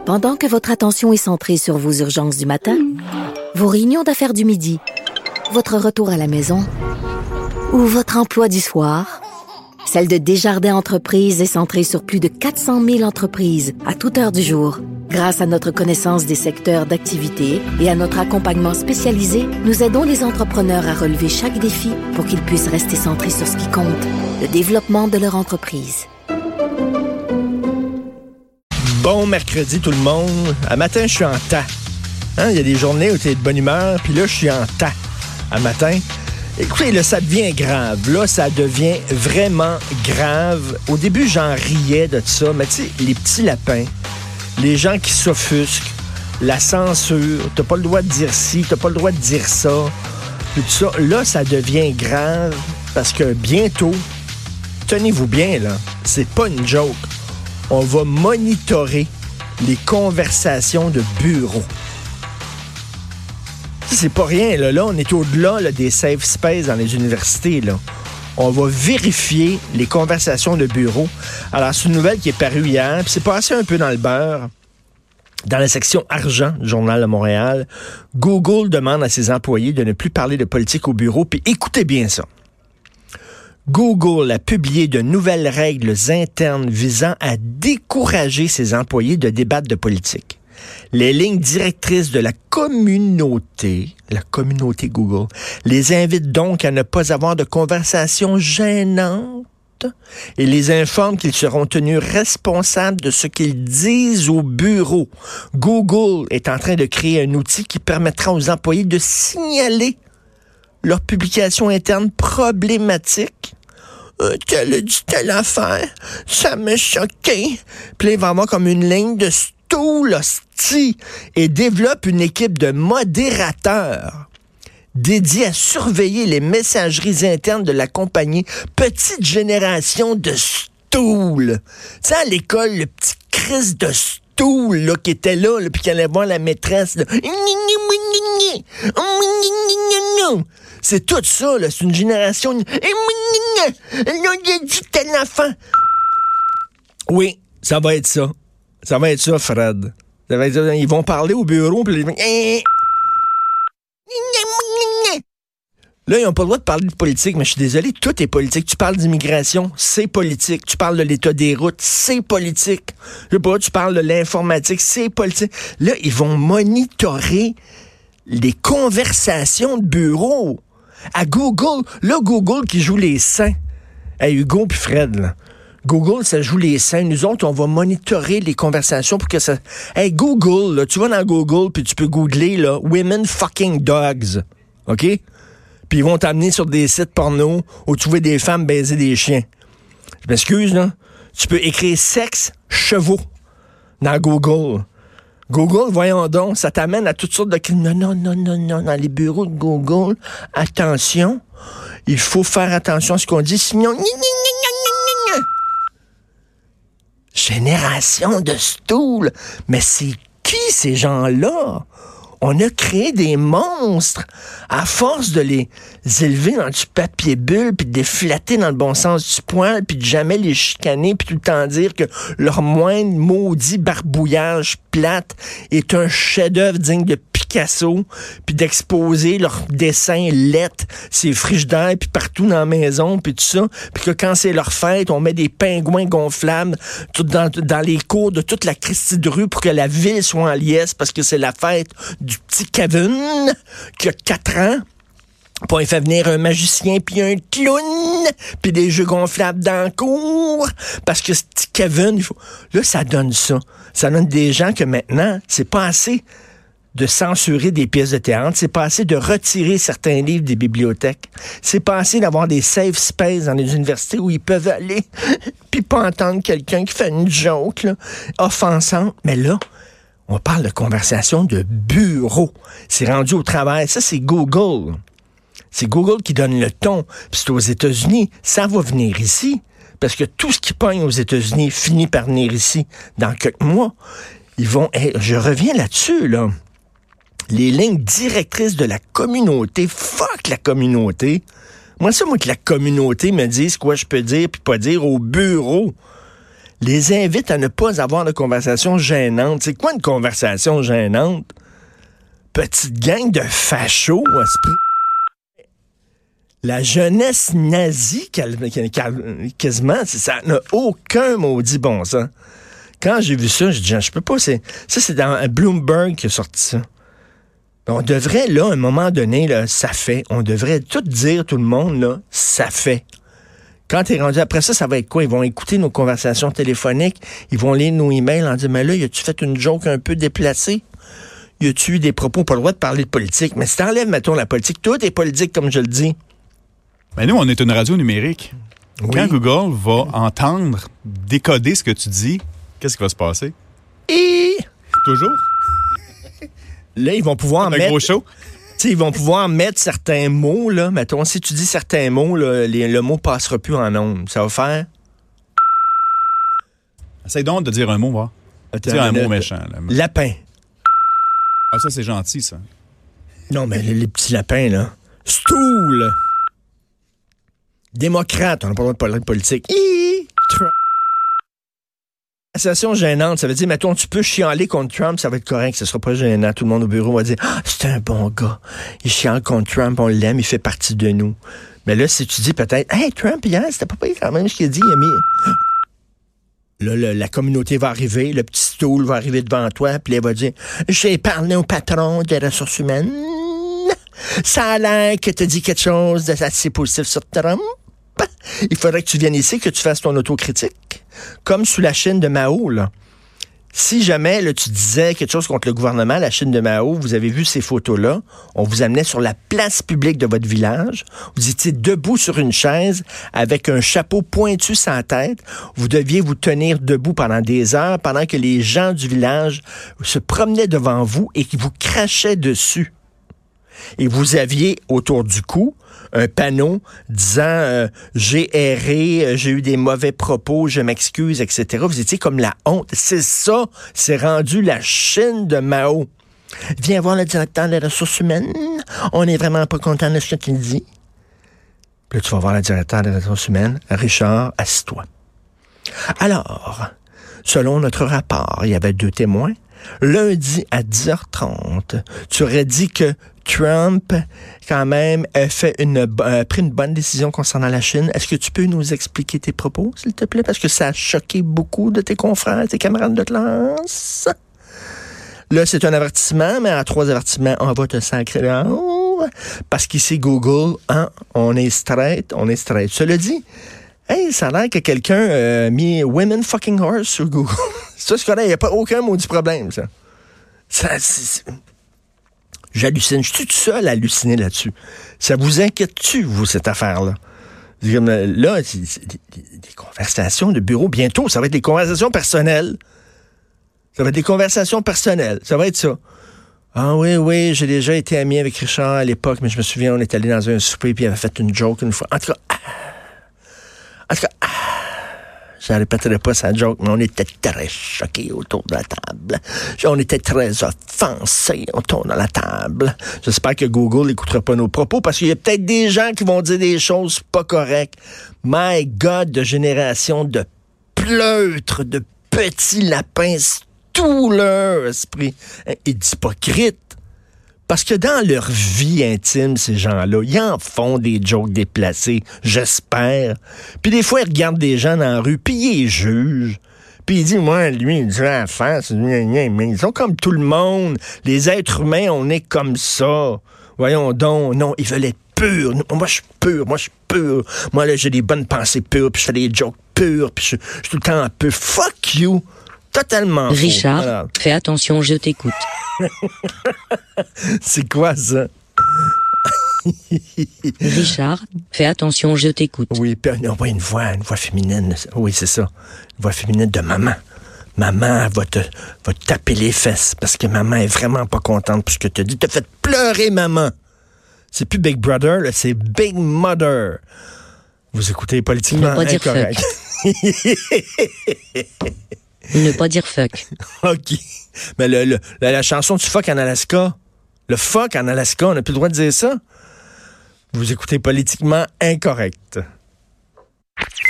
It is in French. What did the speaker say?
Pendant que votre attention est centrée sur vos urgences du matin, vos réunions d'affaires du midi, votre retour à la maison ou votre emploi du soir, celle de Desjardins Entreprises est centrée sur plus de 400 000 entreprises à toute heure du jour. Grâce à notre connaissance des secteurs d'activité et à notre accompagnement spécialisé, nous aidons les entrepreneurs à relever chaque défi pour qu'ils puissent rester centrés sur ce qui compte, le développement de leur entreprise. Bon mercredi tout le monde. À matin, je suis en tas. Il y a des journées où tu es de bonne humeur, puis là, je suis en tas. À matin. Écoutez, là, ça devient grave. Là, ça devient vraiment grave. Au début, j'en riais de ça, mais tu sais, les petits lapins, les gens qui s'offusquent, la censure, t'as pas le droit de dire ci, t'as pas le droit de dire ça, puis tout ça. Là, ça devient grave parce que bientôt, tenez-vous bien, là, c'est pas une joke. On va monitorer les conversations de bureau. C'est pas rien, là. Là, on est au-delà là, des safe spaces dans les universités, là. On va vérifier les conversations de bureau. Alors, c'est une nouvelle qui est parue hier, puis c'est passé un peu dans le beurre. Dans la section argent du Journal de Montréal, Google demande à ses employés de ne plus parler de politique au bureau, puis écoutez bien ça. Google a publié de nouvelles règles internes visant à décourager ses employés de débattre de politique. Les lignes directrices de la communauté Google, les invitent donc à ne pas avoir de conversations gênantes et les informent qu'ils seront tenus responsables de ce qu'ils disent au bureau. Google est en train de créer un outil qui permettra aux employés de signaler leurs publications internes problématiques. Qu'elle a dit telle affaire, ça m'a choqué. Puis là, il va avoir comme une ligne de stool, hostie, et développe une équipe de modérateurs dédiée à surveiller les messageries internes de la compagnie. Petite génération de stool. Tu sais, à l'école, le petit Chris de stool là, qui était là, puis qui allait voir la maîtresse. Là. C'est tout ça, là. C'est une génération... tel enfant. Oui, ça va être ça. Ça va être ça, Fred. Ça va être ça. Ils vont parler au bureau, puis là, ils n'ont pas le droit de parler de politique, mais je suis désolé, tout est politique. Tu parles d'immigration, c'est politique. Tu parles de l'état des routes, c'est politique. Je sais pas, tu parles de l'informatique, c'est politique. Là, ils vont monitorer les conversations de bureau. À Google, là, Google qui joue les saints. Hey, Hugo puis Fred, là. Google, ça joue les saints. Nous autres, on va monitorer les conversations pour que ça... Hey, Google, là, tu vas dans Google puis tu peux googler, là, « Women fucking dogs ». OK? Puis ils vont t'amener sur des sites porno où tu vois des femmes baiser des chiens. Je m'excuse, là. Tu peux écrire « sexe chevaux » dans Google. Google, voyons donc, ça t'amène à toutes sortes de... Non, dans les bureaux de Google, attention, il faut faire attention à ce qu'on dit, sinon... Génération de stool. Mais c'est qui ces gens-là? On a créé des monstres à force de les élever dans du papier bulle, puis de les flatter dans le bon sens du poil, puis de jamais les chicaner, puis tout le temps dire que leur moindre maudit barbouillage plate est un chef-d'œuvre digne de Picasso, puis d'exposer leurs dessins lettres, ces frigidaires, puis partout dans la maison, puis tout ça, puis que quand c'est leur fête, on met des pingouins gonflables dans les cours de toute la Christie de rue pour que la ville soit en liesse, parce que c'est la fête du petit Kevin qui a 4 ans. Puis on fait venir un magicien puis un clown puis des jeux gonflables dans le cours parce que ce petit Kevin, là, ça donne ça. Ça donne des gens que maintenant, c'est pas assez de censurer des pièces de théâtre, c'est pas assez de retirer certains livres des bibliothèques, c'est pas assez d'avoir des safe spaces dans les universités où ils peuvent aller puis pas entendre quelqu'un qui fait une joke là, offensante. Mais là, on parle de conversation de bureau. C'est rendu au travail. Ça, c'est Google. C'est Google qui donne le ton. Puis c'est aux États-Unis. Ça va venir ici. Parce que tout ce qui pogne aux États-Unis finit par venir ici dans quelques mois. Ils vont... je reviens là-dessus, là. Les lignes directrices de la communauté. Fuck la communauté. Moi, que la communauté me dise quoi je peux dire puis pas dire au bureau. les invite à ne pas avoir de conversation gênante. C'est quoi une conversation gênante? Petite gang de fachos, esprit. La jeunesse nazie, quasiment, ça n'a aucun maudit bon sens. Quand j'ai vu ça, j'ai dit, je peux pas, c'est dans Bloomberg qui a sorti ça. On devrait, là, à un moment donné, là, ça fait. On devrait tout dire, tout le monde, là, ça fait. Quand t'es rendu après ça, ça va être quoi? Ils vont écouter nos conversations téléphoniques, ils vont lire nos emails en disant, mais là, as-tu fait une joke un peu déplacée? Y a-tu eu des propos? Pas le droit de parler de politique. Mais si t'enlèves, mettons, la politique, tout est politique, comme je le dis. Ben nous, on est une radio numérique. Oui. Quand Google va entendre, décoder ce que tu dis, qu'est-ce qui va se passer? Et... Toujours? Là, ils vont pouvoir mettre... gros show? Ils vont pouvoir mettre certains mots, là. Mettons, si tu dis certains mots, là, le mot passera plus en ondes. Ça va faire... Essaye donc de dire un mot, va. Dire un mot méchant. Là. Lapin. Ah, ça, c'est gentil, ça. Non, mais les petits lapins, là. Stool. Démocrate. On n'a pas le droit de parler de politique. Conversation gênante, ça veut dire, mettons, tu peux chialer contre Trump, ça va être correct, ça sera pas gênant. Tout le monde au bureau va dire, c'est un bon gars. Il chiale contre Trump, on l'aime, il fait partie de nous. Mais là, si tu dis peut-être, hey, Trump, hier, c'était pas pire quand même ce qu'il a dit, il a mis... Là, la communauté va arriver, le petit stool va arriver devant toi, puis il va dire, j'ai parlé au patron des ressources humaines. Ça a l'air que tu dit quelque chose d'assez positif sur Trump. Il faudrait que tu viennes ici, que tu fasses ton autocritique. Comme sous la Chine de Mao, là. Si jamais là, tu disais quelque chose contre le gouvernement, la Chine de Mao, vous avez vu ces photos-là, on vous amenait sur la place publique de votre village, vous étiez debout sur une chaise avec un chapeau pointu sur la tête, vous deviez vous tenir debout pendant des heures, pendant que les gens du village se promenaient devant vous et qui vous crachaient dessus. Et vous aviez autour du cou un panneau disant j'ai erré, j'ai eu des mauvais propos, je m'excuse, etc. Vous étiez comme la honte. C'est ça, c'est rendu la Chine de Mao. Viens voir le directeur des ressources humaines. On n'est vraiment pas content de ce que tu dis. Puis là, tu vas voir le directeur des ressources humaines. Richard, assis-toi. Alors, selon notre rapport, il y avait 2 témoins. Lundi à 10h30, tu aurais dit que Trump, quand même, a pris une bonne décision concernant la Chine. Est-ce que tu peux nous expliquer tes propos, s'il te plaît? Parce que ça a choqué beaucoup de tes confrères, tes camarades de classe. Là, c'est un avertissement, mais à 3 avertissements, on va te sacrer dehors. Parce qu'ici, Google, on est straight. Cela dit, hey, ça a l'air que quelqu'un a mis Women Fucking Horse sur Google. Ça, c'est correct. Il n'y a pas aucun maudit problème, ça. J'hallucine. Je suis tout seul à halluciner là-dessus. Ça vous inquiète-tu, vous, cette affaire-là? Là, c'est des conversations de bureau. Bientôt, ça va être des conversations personnelles. Ça va être ça. Ah oui, j'ai déjà été ami avec Richard à l'époque, mais je me souviens, on est allé dans un souper puis il avait fait une joke une fois. En tout cas, je ne répéterai pas sa joke, mais on était très choqués autour de la table. On était très offensés autour de la table. J'espère que Google n'écoutera pas nos propos, parce qu'il y a peut-être des gens qui vont dire des choses pas correctes. My God, de génération de pleutres, de petits lapins, tout leur esprit. Et d'hypocrites. Parce que dans leur vie intime, ces gens-là, ils en font des jokes déplacés, j'espère. Puis des fois, ils regardent des gens dans la rue, puis ils les jugent. Puis ils disent, moi, lui, il dit la face, mais ils sont comme tout le monde. Les êtres humains, on est comme ça. Voyons donc, non, ils veulent être purs. Moi, je suis pur. Moi, là, j'ai des bonnes pensées pures, puis je fais des jokes purs, puis je suis tout le temps un peu fuck you. Totalement. Richard, alors, fais attention, je t'écoute. C'est quoi ça? Richard, fais attention, je t'écoute. Oui, on voit une voix féminine. Oui, c'est ça. Une voix féminine de maman. Maman va te taper les fesses parce que maman est vraiment pas contente pour ce que tu as dit. T'as fait pleurer maman. C'est plus Big Brother, là, c'est Big Mother. Vous écoutez politiquement incorrect. Ne pas dire fuck. OK. Mais la chanson du fuck en Alaska, le fuck en Alaska, on n'a plus le droit de dire ça. Vous écoutez politiquement incorrect.